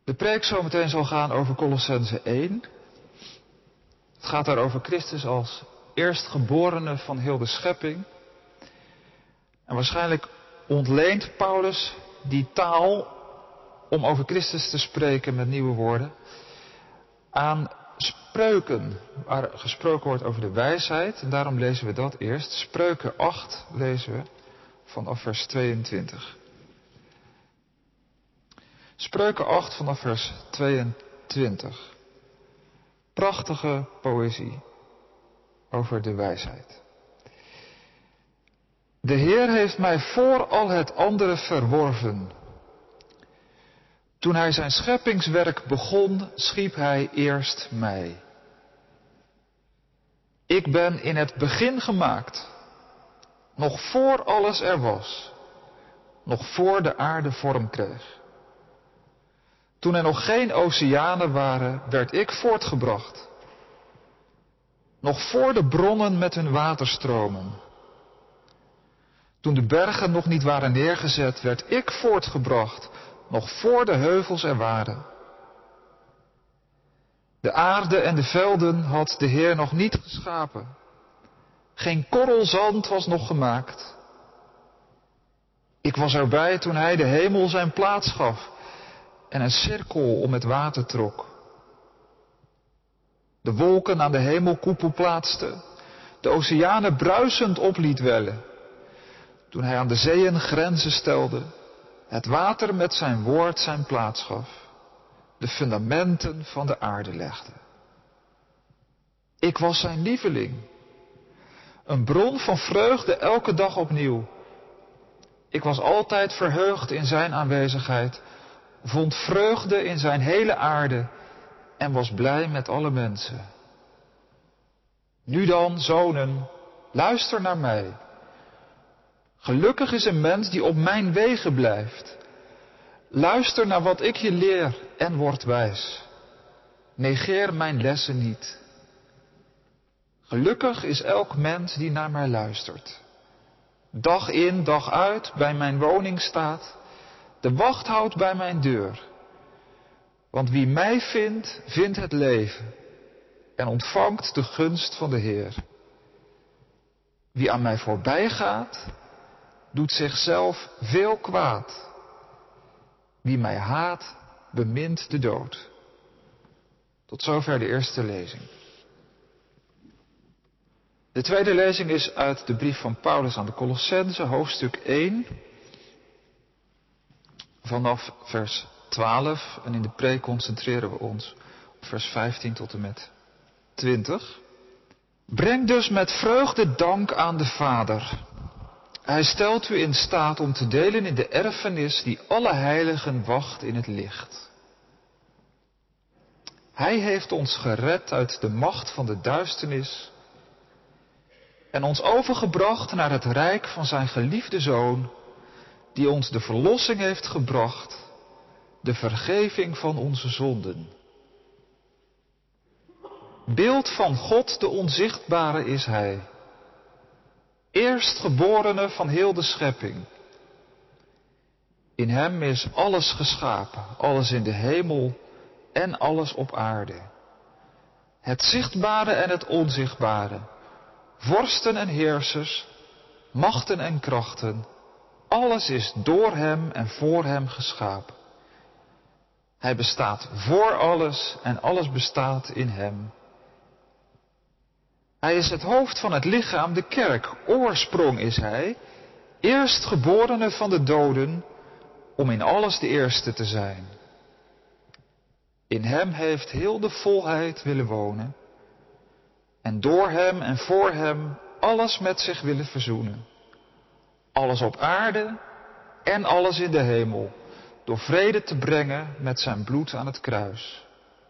De preek zometeen zal gaan over Kolossenzen 1. Het gaat daar over Christus als eerstgeborene van heel de schepping. En waarschijnlijk ontleent Paulus die taal om over Christus te spreken met nieuwe woorden aan spreuken, waar gesproken wordt over de wijsheid. En daarom lezen we dat eerst. Spreuken 8 lezen we vanaf vers 22. Spreuken 8 vanaf vers 22. Prachtige poëzie over de wijsheid. De Heer heeft mij voor al het andere verworven. Toen hij zijn scheppingswerk begon, schiep hij eerst mij. Ik ben in het begin gemaakt, nog voor alles er was, nog voor de aarde vorm kreeg. Toen er nog geen oceanen waren, werd ik voortgebracht. Nog voor de bronnen met hun waterstromen. Toen de bergen nog niet waren neergezet, werd ik voortgebracht. Nog voor de heuvels er waren. De aarde en de velden had de Heer nog niet geschapen. Geen korrel zand was nog gemaakt. Ik was erbij toen hij de hemel zijn plaats gaf en een cirkel om het water trok. De wolken aan de hemelkoepel plaatste, de oceanen bruisend op liet wellen. Toen hij aan de zeeën grenzen stelde, het water met zijn woord zijn plaats gaf, de fundamenten van de aarde legde. Ik was zijn lieveling, een bron van vreugde elke dag opnieuw. Ik was altijd verheugd in zijn aanwezigheid, vond vreugde in zijn hele aarde en was blij met alle mensen. Nu dan, zonen, luister naar mij. Gelukkig is een mens die op mijn wegen blijft. Luister naar wat ik je leer en word wijs. Negeer mijn lessen niet. Gelukkig is elk mens die naar mij luistert. Dag in, dag uit bij mijn woning staat. De wacht houdt bij mijn deur. Want wie mij vindt, vindt het leven. En ontvangt de gunst van de Heer. Wie aan mij voorbij gaat, doet zichzelf veel kwaad. Wie mij haat, bemint de dood. Tot zover de eerste lezing. De tweede lezing is uit de brief van Paulus aan de Kolossenzen, hoofdstuk 1. Vanaf vers 12 en in de preek concentreren we ons op vers 15 tot en met 20. Breng dus met vreugde dank aan de Vader. Hij stelt u in staat om te delen in de erfenis die alle heiligen wacht in het licht. Hij heeft ons gered uit de macht van de duisternis en ons overgebracht naar het rijk van zijn geliefde Zoon, die ons de verlossing heeft gebracht, de vergeving van onze zonden. Beeld van God de onzichtbare is Hij, eerstgeborene van heel de schepping. In Hem is alles geschapen, alles in de hemel en alles op aarde. Het zichtbare en het onzichtbare, vorsten en heersers, machten en krachten, alles is door Hem en voor Hem geschapen. Hij bestaat voor alles en alles bestaat in Hem. Hij is het hoofd van het lichaam, de kerk. Oorsprong is Hij, eerstgeborene van de doden, om in alles de eerste te zijn. In Hem heeft heel de volheid willen wonen en door Hem en voor Hem alles met zich willen verzoenen. Alles op aarde en alles in de hemel, door vrede te brengen met zijn bloed aan het kruis.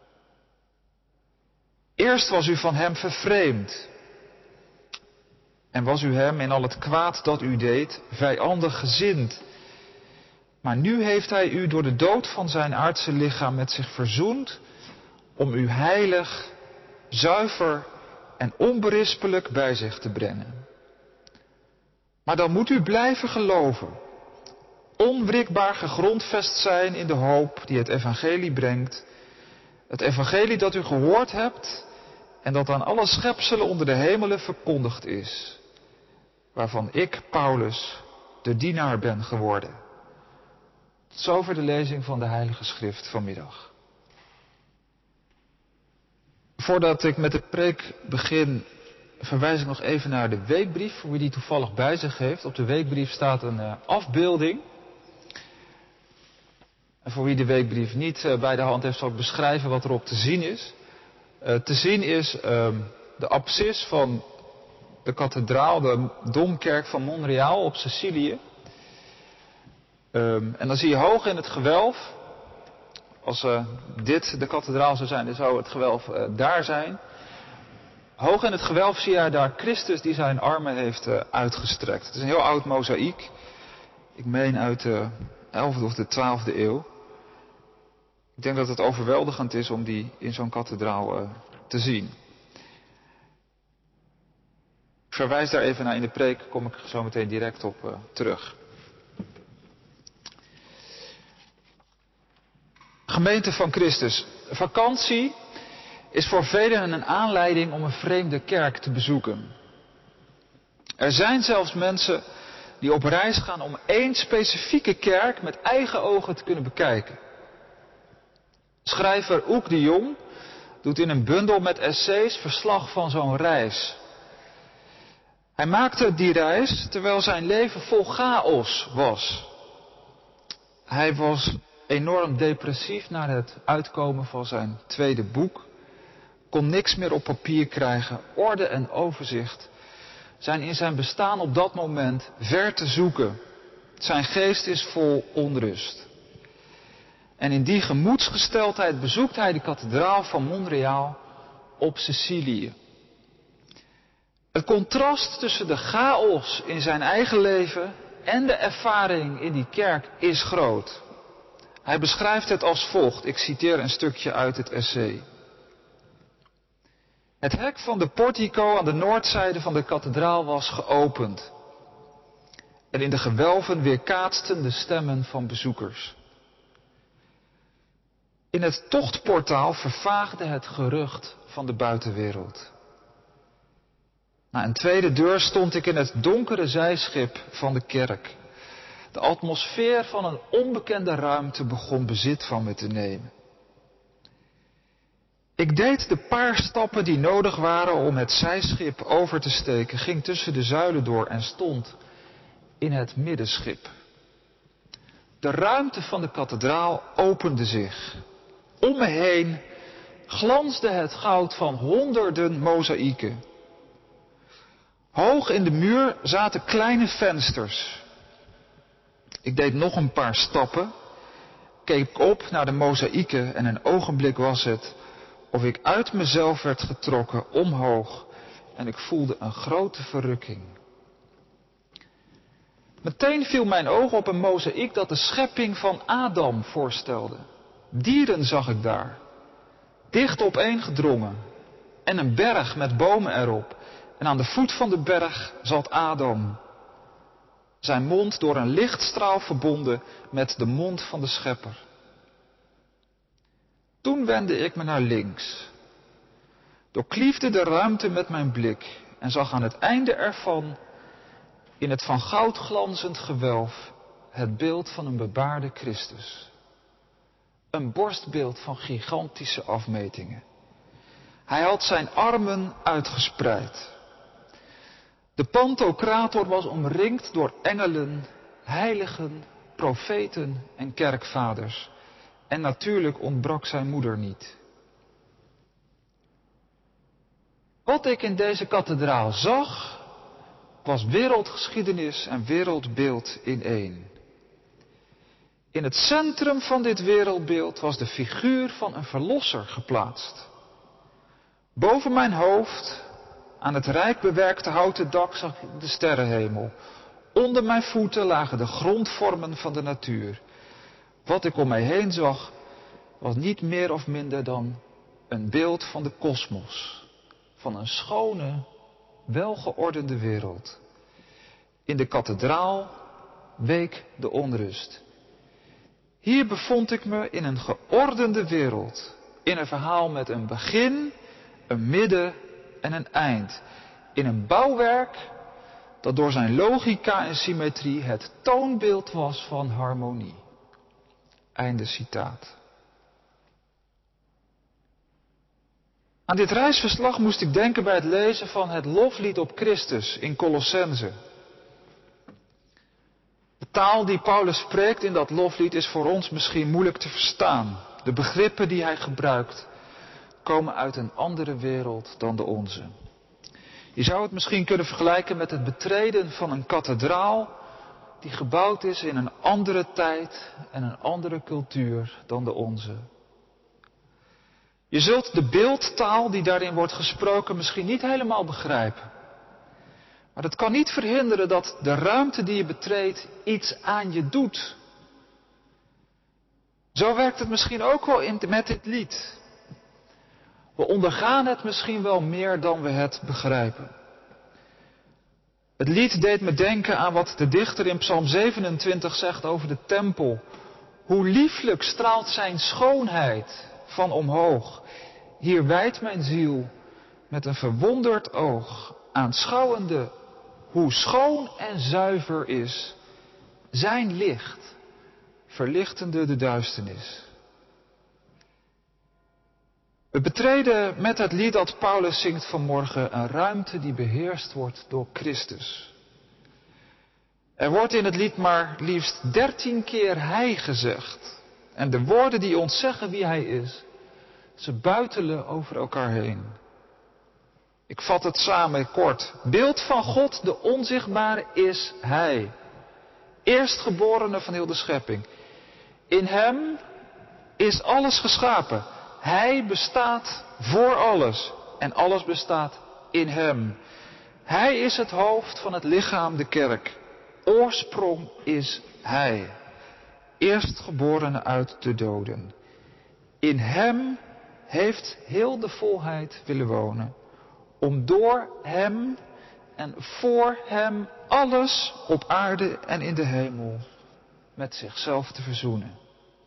Eerst was u van Hem vervreemd en was u Hem in al het kwaad dat u deed vijandig gezind. Maar nu heeft Hij u door de dood van zijn aardse lichaam met zich verzoend om u heilig, zuiver en onberispelijk bij zich te brengen. Maar dan moet u blijven geloven. onwrikbaar gegrondvest zijn in de hoop die het evangelie brengt. Het evangelie dat u gehoord hebt en dat aan alle schepselen onder de hemelen verkondigd is. Waarvan ik, Paulus, de dienaar ben geworden. Tot zover de lezing van de Heilige Schrift vanmiddag. Voordat ik met de preek begin, verwijs ik nog even naar de weekbrief, voor wie die toevallig bij zich heeft. Op de weekbrief staat een afbeelding. En voor wie de weekbrief niet bij de hand heeft, zal ik beschrijven wat erop te zien is. Te zien is de absis van de kathedraal, de Domkerk van Montréal op Sicilië. En dan zie je hoog in het gewelf, als dit de kathedraal zou zijn, dan zou het gewelf daar zijn. Hoog in het gewelf zie je daar Christus die zijn armen heeft uitgestrekt. Het is een heel oud mozaïek. Ik meen uit de 11e of de 12e eeuw. Ik denk dat het overweldigend is om die in zo'n kathedraal te zien. Ik verwijs daar even naar in de preek, kom ik zo meteen direct op terug. Gemeente van Christus. Vakantie is voor velen een aanleiding om een vreemde kerk te bezoeken. Er zijn zelfs mensen die op reis gaan om één specifieke kerk met eigen ogen te kunnen bekijken. Schrijver Oek de Jong doet in een bundel met essays verslag van zo'n reis. Hij maakte die reis terwijl zijn leven vol chaos was. Hij was enorm depressief na het uitkomen van zijn tweede boek. Kon niks meer op papier krijgen. Orde en overzicht zijn in zijn bestaan op dat moment ver te zoeken. Zijn geest is vol onrust. En in die gemoedsgesteldheid bezoekt hij de kathedraal van Montréal op Sicilië. Het contrast tussen de chaos in zijn eigen leven en de ervaring in die kerk is groot. Hij beschrijft het als volgt. Ik citeer een stukje uit het essay. Het hek van de portico aan de noordzijde van de kathedraal was geopend. En in de gewelven weerkaatsten de stemmen van bezoekers. In het tochtportaal vervaagde het gerucht van de buitenwereld. Na een tweede deur stond ik in het donkere zijschip van de kerk. De atmosfeer van een onbekende ruimte begon bezit van me te nemen. Ik deed de paar stappen die nodig waren om het zijschip over te steken, ging tussen de zuilen door en stond in het middenschip. De ruimte van de kathedraal opende zich. Om me heen glansde het goud van honderden mozaïeken. Hoog in de muur zaten kleine vensters. Ik deed nog een paar stappen, keek op naar de mozaïeken en een ogenblik was het of ik uit mezelf werd getrokken omhoog en ik voelde een grote verrukking. Meteen viel mijn oog op een mozaïek dat de schepping van Adam voorstelde. Dieren zag ik daar, dicht opeengedrongen en een berg met bomen erop. En aan de voet van de berg zat Adam. Zijn mond door een lichtstraal verbonden met de mond van de Schepper. Toen wendde ik me naar links. Doorkliefde de ruimte met mijn blik en zag aan het einde ervan, in het van goud glanzend gewelf, het beeld van een bebaarde Christus. Een borstbeeld van gigantische afmetingen. Hij had zijn armen uitgespreid. De Pantocrator was omringd door engelen, heiligen, profeten en kerkvaders. En natuurlijk ontbrak zijn moeder niet. Wat ik in deze kathedraal zag, was wereldgeschiedenis en wereldbeeld in één. In het centrum van dit wereldbeeld was de figuur van een verlosser geplaatst. Boven mijn hoofd, aan het rijk bewerkte houten dak, zag ik de sterrenhemel. Onder mijn voeten lagen de grondvormen van de natuur. Wat ik om mij heen zag, was niet meer of minder dan een beeld van de kosmos. Van een schone, welgeordende wereld. In de kathedraal week de onrust. Hier bevond ik me in een geordende wereld. In een verhaal met een begin, een midden en een eind. In een bouwwerk dat door zijn logica en symmetrie het toonbeeld was van harmonie. Einde citaat. Aan dit reisverslag moest ik denken bij het lezen van het loflied op Christus in Colossense. De taal die Paulus spreekt in dat loflied is voor ons misschien moeilijk te verstaan. De begrippen die hij gebruikt komen uit een andere wereld dan de onze. Je zou het misschien kunnen vergelijken met het betreden van een kathedraal die gebouwd is in een andere tijd en een andere cultuur dan de onze. Je zult de beeldtaal die daarin wordt gesproken misschien niet helemaal begrijpen. Maar dat kan niet verhinderen dat de ruimte die je betreedt iets aan je doet. Zo werkt het misschien ook wel met dit lied. We ondergaan het misschien wel meer dan we het begrijpen. Het lied deed me denken aan wat de dichter in Psalm 27 zegt over de tempel. Hoe lieflijk straalt zijn schoonheid van omhoog. Hier wijdt mijn ziel met een verwonderd oog, aanschouwende hoe schoon en zuiver is zijn licht, verlichtende de duisternis. We betreden met het lied dat Paulus zingt vanmorgen een ruimte die beheerst wordt door Christus. Er wordt in het lied maar liefst 13 keer hij gezegd. En de woorden die ons zeggen wie hij is, ze buitelen over elkaar heen. Ik vat het samen kort. Beeld van God, de onzichtbare, is hij. Eerstgeborene van heel de schepping. In hem is alles geschapen. Hij bestaat voor alles. En alles bestaat in hem. Hij is het hoofd van het lichaam, de kerk. Oorsprong is hij. Eerstgeborene uit de doden. In hem heeft heel de volheid willen wonen. Om door hem en voor hem alles op aarde en in de hemel met zichzelf te verzoenen.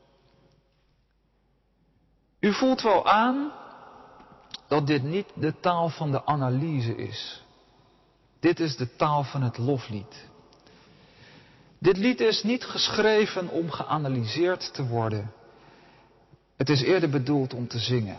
U voelt wel aan dat dit niet de taal van de analyse is. Dit is de taal van het loflied. Dit lied is niet geschreven om geanalyseerd te worden. Het is eerder bedoeld om te zingen.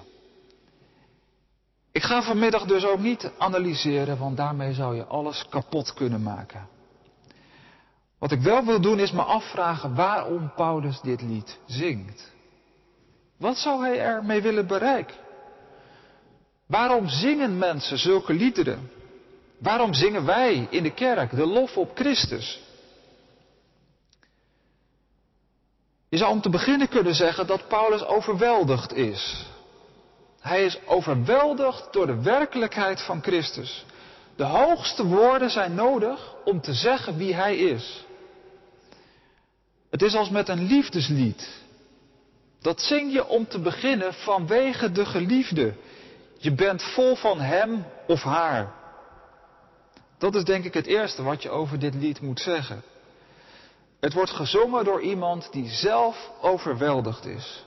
Ik ga vanmiddag dus ook niet analyseren, want daarmee zou je alles kapot kunnen maken. Wat ik wel wil doen is me afvragen waarom Paulus dit lied zingt. Wat zou hij ermee willen bereiken? Waarom zingen mensen zulke liederen? Waarom zingen wij in de kerk de lof op Christus? Je zou om te beginnen kunnen zeggen dat Paulus overweldigd is. Hij is overweldigd door de werkelijkheid van Christus. De hoogste woorden zijn nodig om te zeggen wie hij is. Het is als met een liefdeslied. Dat zing je om te beginnen vanwege de geliefde. Je bent vol van hem of haar. Dat is denk ik het eerste wat je over dit lied moet zeggen. Het wordt gezongen door iemand die zelf overweldigd is.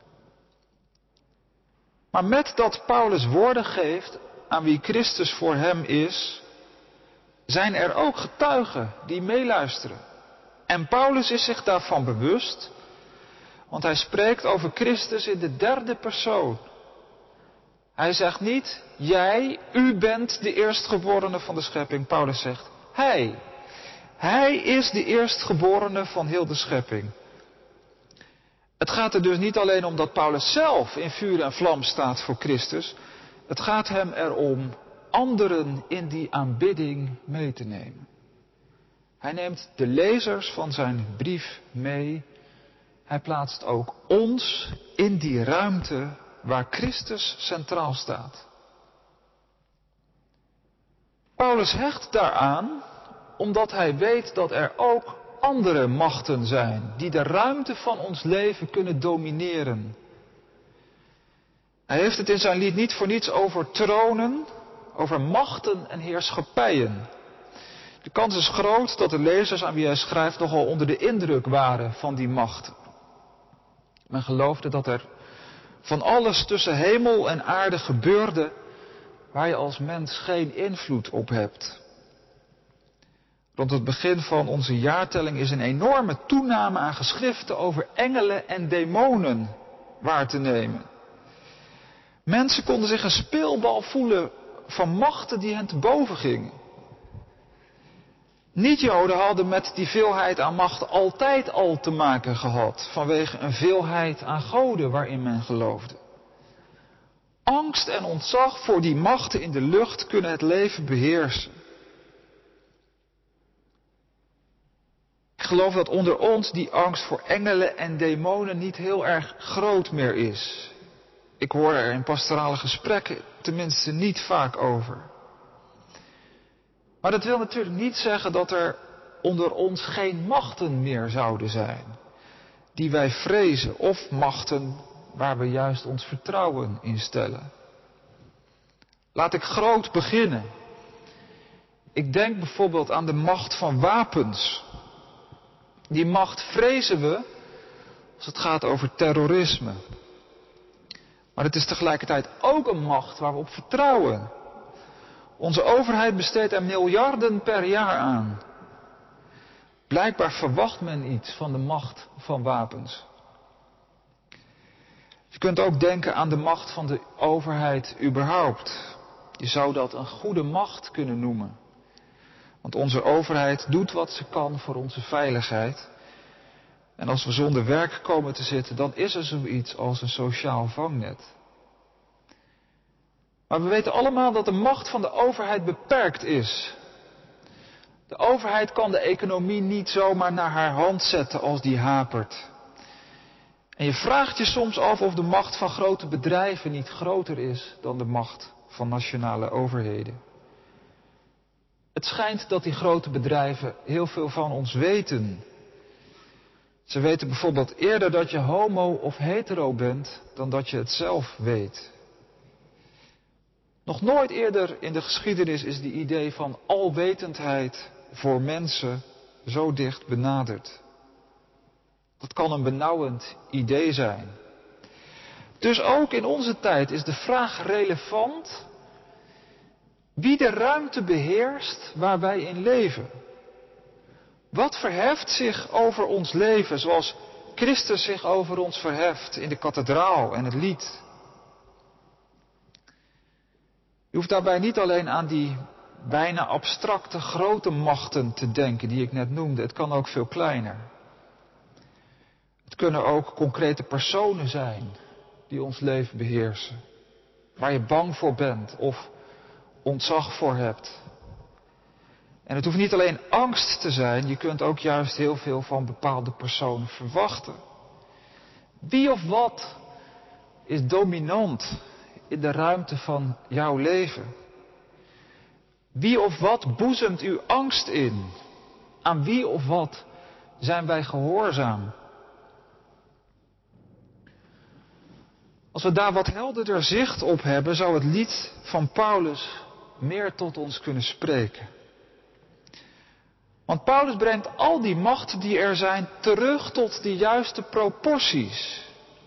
Maar met dat Paulus woorden geeft aan wie Christus voor hem is, zijn er ook getuigen die meeluisteren. En Paulus is zich daarvan bewust, want hij spreekt over Christus in de derde persoon. Hij zegt niet, jij, u bent de eerstgeborene van de schepping. Paulus zegt, hij. Hij is de eerstgeborene van heel de schepping. Het gaat er dus niet alleen om dat Paulus zelf in vuur en vlam staat voor Christus. Het gaat hem erom anderen in die aanbidding mee te nemen. Hij neemt de lezers van zijn brief mee. Hij plaatst ook ons in die ruimte waar Christus centraal staat. Paulus hecht daaraan omdat hij weet dat er ook andere machten zijn die de ruimte van ons leven kunnen domineren. Hij heeft het in zijn lied niet voor niets over tronen, over machten en heerschappijen. De kans is groot dat de lezers aan wie hij schrijft nogal onder de indruk waren van die macht. Men geloofde dat er van alles tussen hemel en aarde gebeurde waar je als mens geen invloed op hebt. Rond het begin van onze jaartelling is een enorme toename aan geschriften over engelen en demonen waar te nemen. Mensen konden zich een speelbal voelen van machten die hen te boven gingen. Niet-Joden hadden met die veelheid aan macht altijd al te maken gehad, vanwege een veelheid aan goden waarin men geloofde. Angst en ontzag voor die machten in de lucht kunnen het leven beheersen. Ik geloof dat onder ons die angst voor engelen en demonen niet heel erg groot meer is. Ik hoor er in pastorale gesprekken tenminste niet vaak over. Maar dat wil natuurlijk niet zeggen dat er onder ons geen machten meer zouden zijn, die wij vrezen, of machten waar we juist ons vertrouwen in stellen. Laat ik groot beginnen. Ik denk bijvoorbeeld aan de macht van wapens. Die macht vrezen we als het gaat over terrorisme. Maar het is tegelijkertijd ook een macht waar we op vertrouwen. Onze overheid besteedt er miljarden per jaar aan. Blijkbaar verwacht men iets van de macht van wapens. Je kunt ook denken aan de macht van de overheid überhaupt. Je zou dat een goede macht kunnen noemen. Want onze overheid doet wat ze kan voor onze veiligheid. En als we zonder werk komen te zitten, dan is er zoiets als een sociaal vangnet. Maar we weten allemaal dat de macht van de overheid beperkt is. De overheid kan de economie niet zomaar naar haar hand zetten als die hapert. En je vraagt je soms af of de macht van grote bedrijven niet groter is dan de macht van nationale overheden. Het schijnt dat die grote bedrijven heel veel van ons weten. Ze weten bijvoorbeeld eerder dat je homo of hetero bent dan dat je het zelf weet. Nog nooit eerder in de geschiedenis is die idee van alwetendheid voor mensen zo dicht benaderd. Dat kan een benauwend idee zijn. Dus ook in onze tijd is de vraag relevant wie de ruimte beheerst waar wij in leven. Wat verheft zich over ons leven zoals Christus zich over ons verheft in de kathedraal en het lied? Je hoeft daarbij niet alleen aan die bijna abstracte grote machten te denken die ik net noemde. Het kan ook veel kleiner. Het kunnen ook concrete personen zijn die ons leven beheersen. Waar je bang voor bent of ontzag voor hebt. En het hoeft niet alleen angst te zijn, je kunt ook juist heel veel van bepaalde personen verwachten. Wie of wat is dominant in de ruimte van jouw leven? Wie of wat boezemt u angst in? Aan wie of wat zijn wij gehoorzaam? Als we daar wat helderder zicht op hebben, zou het lied van Paulus meer tot ons kunnen spreken. Want Paulus brengt al die machten die er zijn terug tot de juiste proporties.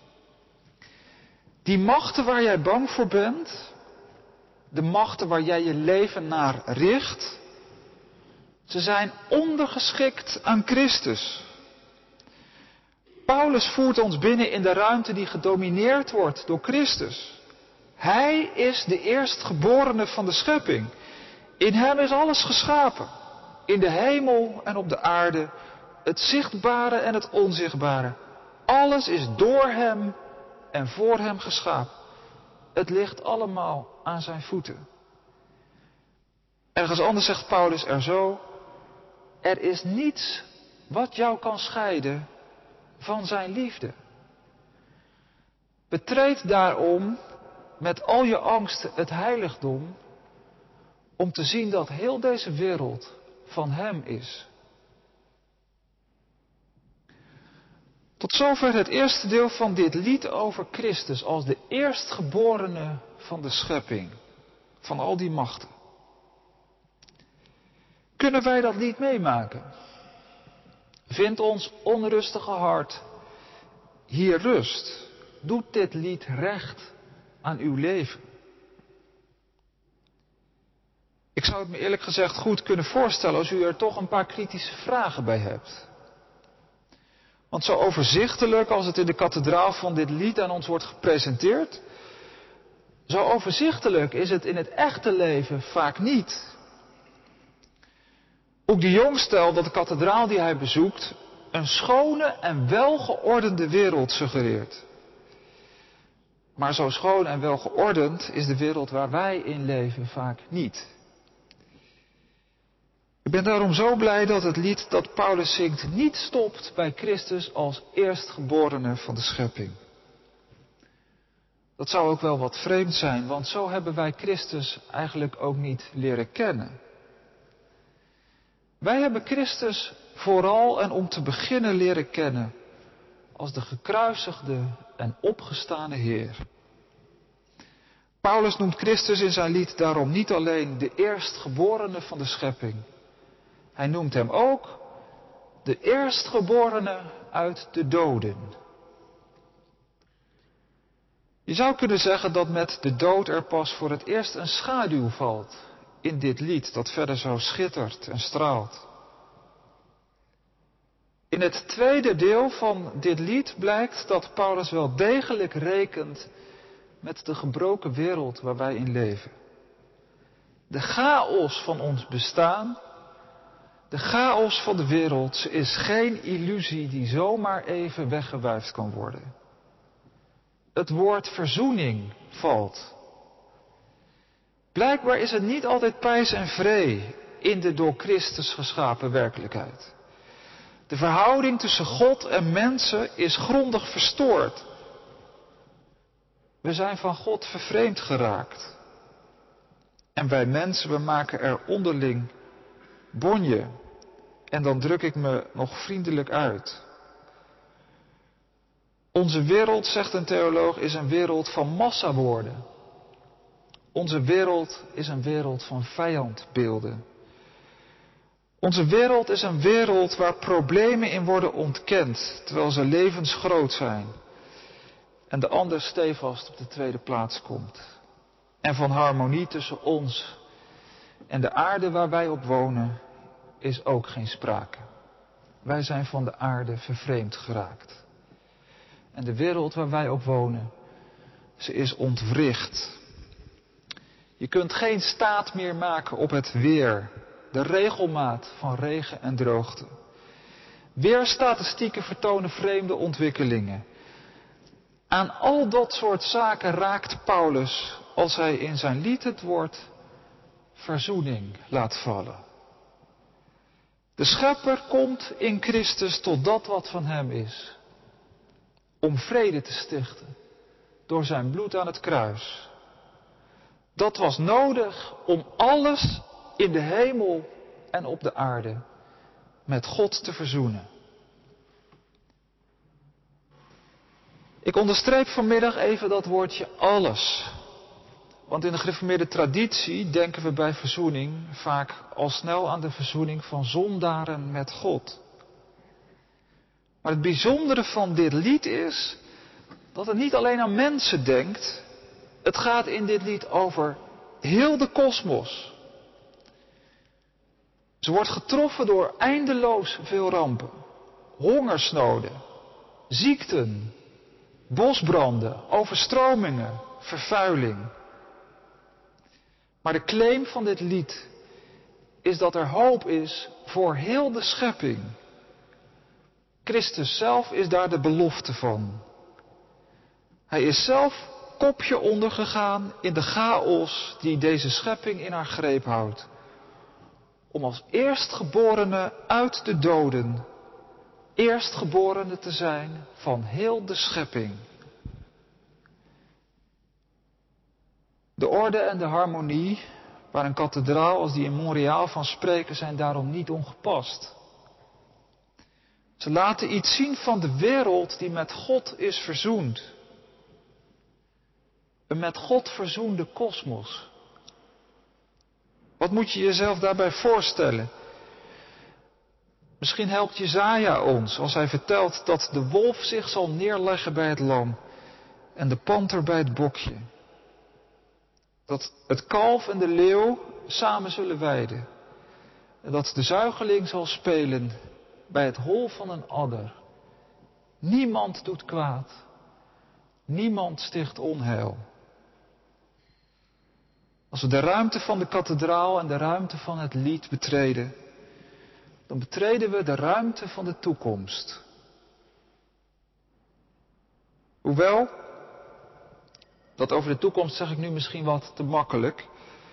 Die machten waar jij bang voor bent, de machten waar jij je leven naar richt, ze zijn ondergeschikt aan Christus. Paulus voert ons binnen in de ruimte die gedomineerd wordt door Christus. Hij is de eerstgeborene van de schepping. In hem is alles geschapen. In de hemel en op de aarde, het zichtbare en het onzichtbare. Alles is door hem en voor hem geschapen. Het ligt allemaal aan zijn voeten. Ergens anders zegt Paulus er zo: er is niets wat jou kan scheiden van zijn liefde. Betreed daarom met al je angsten het heiligdom, om te zien dat heel deze wereld van hem is. Tot zover het eerste deel van dit lied over Christus als de eerstgeborene van de schepping, van al die machten. Kunnen wij dat lied meemaken? Vindt ons onrustige hart hier rust? Doet dit lied recht aan uw leven? Ik zou het me eerlijk gezegd goed kunnen voorstellen als u er toch een paar kritische vragen bij hebt. Want zo overzichtelijk als het in de kathedraal van dit lied aan ons wordt gepresenteerd, zo overzichtelijk is het in het echte leven vaak niet. Ook de jong stelt dat de kathedraal die hij bezoekt een schone en welgeordende wereld suggereert. Maar zo schoon en welgeordend is de wereld waar wij in leven vaak niet. Ik ben daarom zo blij dat het lied dat Paulus zingt niet stopt bij Christus als eerstgeborene van de schepping. Dat zou ook wel wat vreemd zijn, want zo hebben wij Christus eigenlijk ook niet leren kennen. Wij hebben Christus vooral en om te beginnen leren kennen als de gekruisigde en opgestane Heer. Paulus noemt Christus in zijn lied daarom niet alleen de eerstgeborene van de schepping. Hij noemt hem ook de eerstgeborene uit de doden. Je zou kunnen zeggen dat met de dood er pas voor het eerst een schaduw valt in dit lied dat verder zo schittert en straalt. In het tweede deel van dit lied blijkt dat Paulus wel degelijk rekent met de gebroken wereld waar wij in leven. De chaos van ons bestaan, de chaos van de wereld, is geen illusie die zomaar even weggewuifd kan worden. Het woord verzoening valt. Blijkbaar is het niet altijd pijs en vree in de door Christus geschapen werkelijkheid. De verhouding tussen God en mensen is grondig verstoord. We zijn van God vervreemd geraakt. En wij mensen, we maken er onderling bonje. En dan druk ik me nog vriendelijk uit. Onze wereld, zegt een theoloog, is een wereld van massawoorden. Onze wereld is een wereld van vijandbeelden. Onze wereld is een wereld waar problemen in worden ontkend, terwijl ze levensgroot zijn. En de ander stevast op de tweede plaats komt. En van harmonie tussen ons en de aarde waar wij op wonen is ook geen sprake. Wij zijn van de aarde vervreemd geraakt. En de wereld waar wij op wonen, ze is ontwricht. Je kunt geen staat meer maken op het weer, de regelmaat van regen en droogte. Weerstatistieken vertonen vreemde ontwikkelingen. Aan al dat soort zaken raakt Paulus als hij in zijn lied het woord verzoening laat vallen. De Schepper komt in Christus tot dat wat van hem is. Om vrede te stichten door zijn bloed aan het kruis. Dat was nodig om alles in de hemel en op de aarde met God te verzoenen. Ik onderstreep vanmiddag even dat woordje alles. Want in de gereformeerde traditie denken we bij verzoening vaak al snel aan de verzoening van zondaren met God. Maar het bijzondere van dit lied is dat het niet alleen aan mensen denkt. Het gaat in dit lied over heel de kosmos. Ze wordt getroffen door eindeloos veel rampen. Hongersnoden, ziekten, bosbranden, overstromingen, vervuiling. Maar de claim van dit lied is dat er hoop is voor heel de schepping. Christus zelf is daar de belofte van. Hij is zelf kopje ondergegaan in de chaos die deze schepping in haar greep houdt. Om als eerstgeborene uit de doden, eerstgeborene te zijn van heel de schepping. De orde en de harmonie, waar een kathedraal als die in Montreal van spreken, zijn daarom niet ongepast. Ze laten iets zien van de wereld die met God is verzoend. Een met God verzoende kosmos. Wat moet je jezelf daarbij voorstellen? Misschien helpt Jesaja ons als hij vertelt dat de wolf zich zal neerleggen bij het lam en de panter bij het bokje. Dat het kalf en de leeuw samen zullen weiden. En dat de zuigeling zal spelen bij het hol van een adder. Niemand doet kwaad. Niemand sticht onheil. Als we de ruimte van de kathedraal en de ruimte van het lied betreden, dan betreden we de ruimte van de toekomst. Hoewel, dat over de toekomst zeg ik nu misschien wat te makkelijk.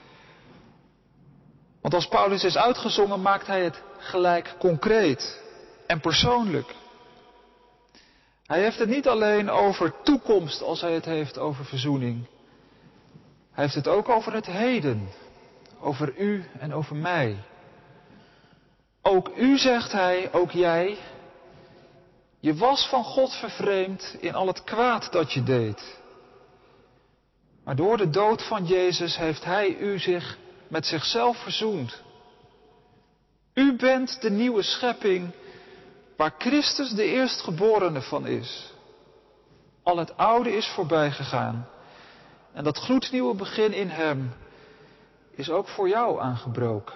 Want als Paulus is uitgezongen, maakt hij het gelijk concreet en persoonlijk. Hij heeft het niet alleen over toekomst als hij het heeft over verzoening. Hij heeft het ook over het heden, over u en over mij. Ook u, zegt hij, ook jij, je was van God vervreemd in al het kwaad dat je deed. Maar door de dood van Jezus heeft hij u zich met zichzelf verzoend. U bent de nieuwe schepping waar Christus de eerstgeborene van is. Al het oude is voorbij gegaan. En dat gloednieuwe begin in hem is ook voor jou aangebroken.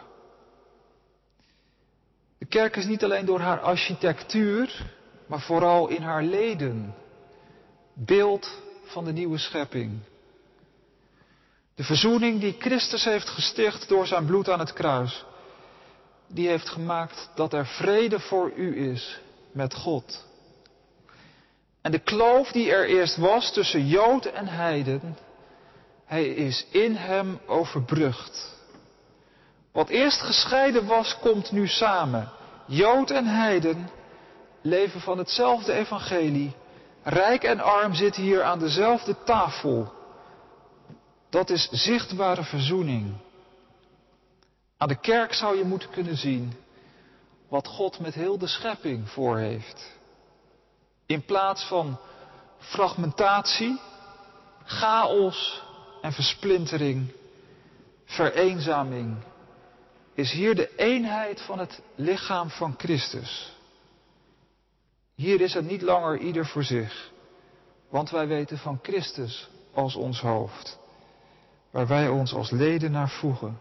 De kerk is niet alleen door haar architectuur, maar vooral in haar leden. Beeld van de nieuwe schepping. De verzoening die Christus heeft gesticht door zijn bloed aan het kruis, die heeft gemaakt dat er vrede voor u is met God. En de kloof die er eerst was tussen Jood en heiden, hij is in hem overbrugd. Wat eerst gescheiden was, komt nu samen. Jood en heiden leven van hetzelfde evangelie. Rijk en arm zitten hier aan dezelfde tafel. Dat is zichtbare verzoening. Aan de kerk zou je moeten kunnen zien wat God met heel de schepping voor heeft. In plaats van fragmentatie, chaos en versplintering, vereenzaming, is hier de eenheid van het lichaam van Christus. Hier is het niet langer ieder voor zich, want wij weten van Christus als ons hoofd, waar wij ons als leden naar voegen.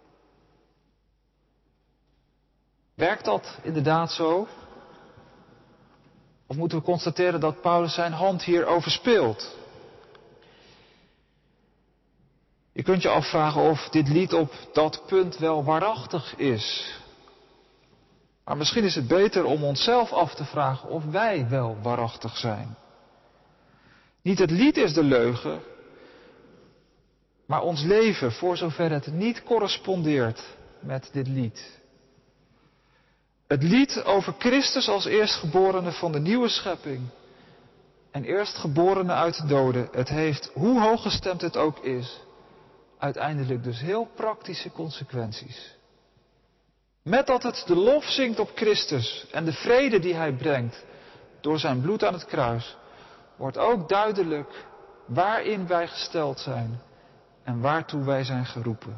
Werkt dat inderdaad zo? Of moeten we constateren dat Paulus zijn hand hier overspeelt? Je kunt je afvragen of dit lied op dat punt wel waarachtig is. Maar misschien is het beter om onszelf af te vragen of wij wel waarachtig zijn. Niet het lied is de leugen, maar ons leven, voor zover het niet correspondeert met dit lied. Het lied over Christus als eerstgeborene van de nieuwe schepping en eerstgeborene uit de doden, het heeft, hoe hooggestemd het ook is, uiteindelijk dus heel praktische consequenties. Met dat het de lof zingt op Christus en de vrede die hij brengt door zijn bloed aan het kruis, wordt ook duidelijk waarin wij gesteld zijn en waartoe wij zijn geroepen.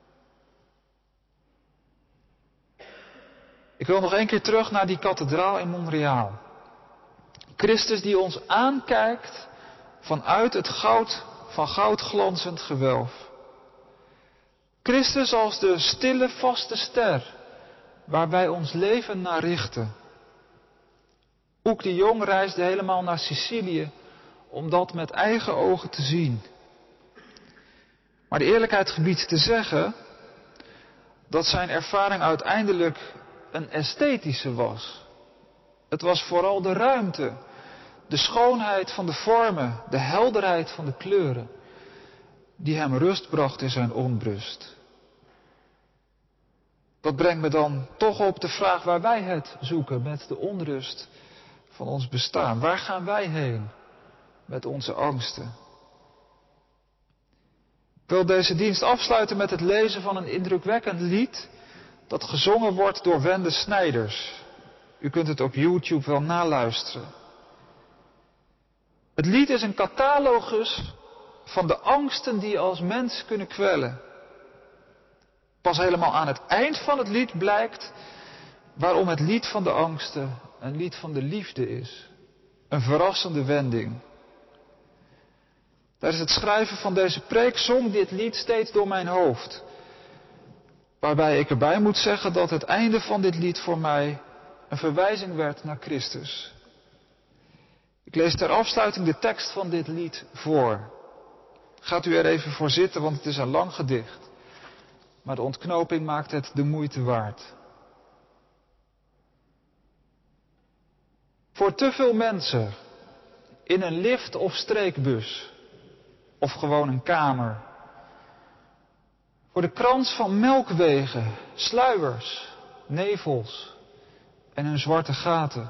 Ik wil nog één keer terug naar die kathedraal in Montreal. Christus die ons aankijkt vanuit het goud van goudglanzend gewelf. Christus als de stille, vaste ster waar wij ons leven naar richten. Oek de Jong reisde helemaal naar Sicilië om dat met eigen ogen te zien. Maar de eerlijkheid gebiedt te zeggen dat zijn ervaring uiteindelijk een esthetische was. Het was vooral de ruimte, de schoonheid van de vormen, de helderheid van de kleuren, die hem rust bracht in zijn onrust. Dat brengt me dan toch op de vraag waar wij het zoeken met de onrust van ons bestaan. Waar gaan wij heen met onze angsten? Ik wil deze dienst afsluiten met het lezen van een indrukwekkend lied dat gezongen wordt door Wende Snijders. U kunt het op YouTube wel naluisteren. Het lied is een catalogus van de angsten die je als mens kunnen kwellen. Pas helemaal aan het eind van het lied blijkt waarom het lied van de angsten een lied van de liefde is. Een verrassende wending. Tijdens het schrijven van deze preek zong dit lied steeds door mijn hoofd. Waarbij ik erbij moet zeggen dat het einde van dit lied voor mij een verwijzing werd naar Christus. Ik lees ter afsluiting de tekst van dit lied voor. Gaat u er even voor zitten, want het is een lang gedicht. Maar de ontknoping maakt het de moeite waard. Voor te veel mensen, in een lift of streekbus, of gewoon een kamer. Voor de krans van melkwegen, sluiers, nevels en hun zwarte gaten.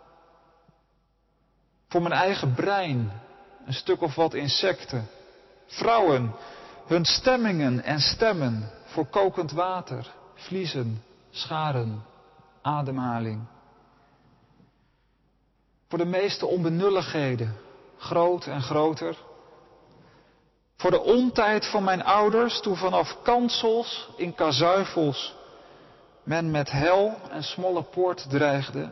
Voor mijn eigen brein, een stuk of wat insecten. Vrouwen, hun stemmingen en stemmen voor kokend water, vliezen, scharen, ademhaling. Voor de meeste onbenulligheden, groot en groter. Voor de ontijd van mijn ouders, toen vanaf kansels in kazuifels men met hel en smolle poort dreigde.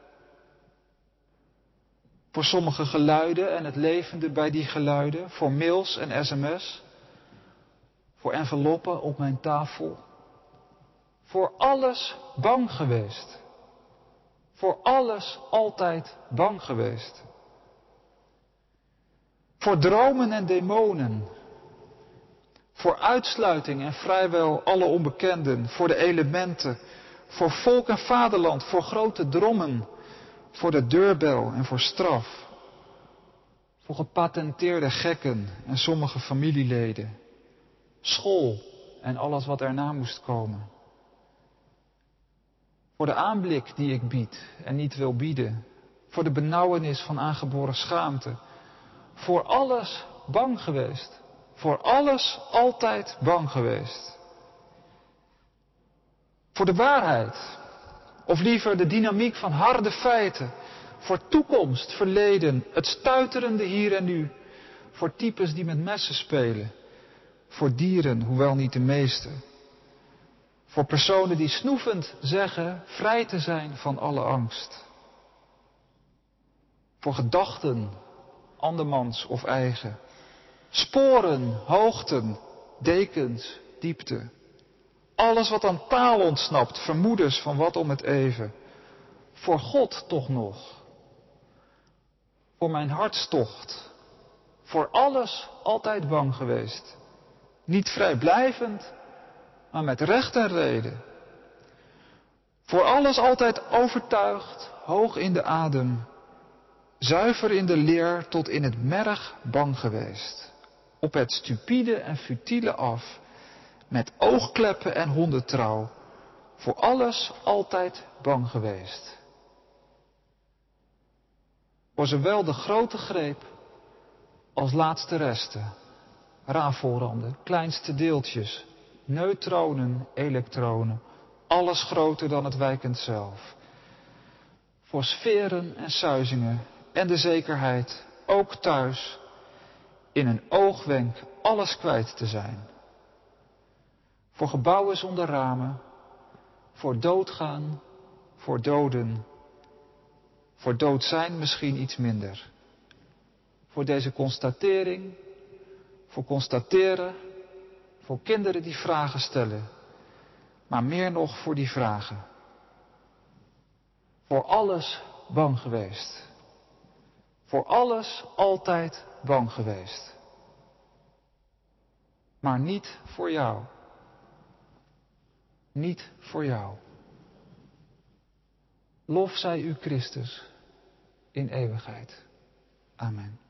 Voor sommige geluiden en het levende bij die geluiden. Voor mails en sms. Voor enveloppen op mijn tafel. Voor alles bang geweest. Voor alles altijd bang geweest. Voor dromen en demonen. Voor uitsluiting en vrijwel alle onbekenden. Voor de elementen. Voor volk en vaderland. Voor grote drommen. Voor de deurbel en voor straf. Voor gepatenteerde gekken en sommige familieleden. School en alles wat erna moest komen. Voor de aanblik die ik bied en niet wil bieden. Voor de benauwenis van aangeboren schaamte. Voor alles bang geweest. Voor alles altijd bang geweest. Voor de waarheid. Of liever de dynamiek van harde feiten. Voor toekomst, verleden, het stuiterende hier en nu. Voor types die met messen spelen. Voor dieren, hoewel niet de meeste. Voor personen die snoevend zeggen vrij te zijn van alle angst. Voor gedachten, andermans of eigen. Sporen, hoogten, dekens, diepte. Alles wat aan taal ontsnapt, vermoedens van wat om het even. Voor God toch nog. Voor mijn hartstocht. Voor alles altijd bang geweest. Niet vrijblijvend, maar met recht en reden. Voor alles altijd overtuigd, hoog in de adem. Zuiver in de leer tot in het merg bang geweest. Op het stupide en futiele af. Met oogkleppen en hondentrouw. Voor alles altijd bang geweest. Voor zowel de grote greep als laatste resten. Rafelranden, kleinste deeltjes. Neutronen, elektronen. Alles groter dan het wijkend zelf. Voor sferen en suizingen en de zekerheid, ook thuis, in een oogwenk alles kwijt te zijn. Voor gebouwen zonder ramen, voor doodgaan, voor doden, voor dood zijn misschien iets minder. Voor deze constatering, voor constateren, voor kinderen die vragen stellen, maar meer nog voor die vragen. Voor alles bang geweest. Voor alles altijd bang geweest. Maar niet voor jou. Niet voor jou. Lof zij u Christus in eeuwigheid. Amen.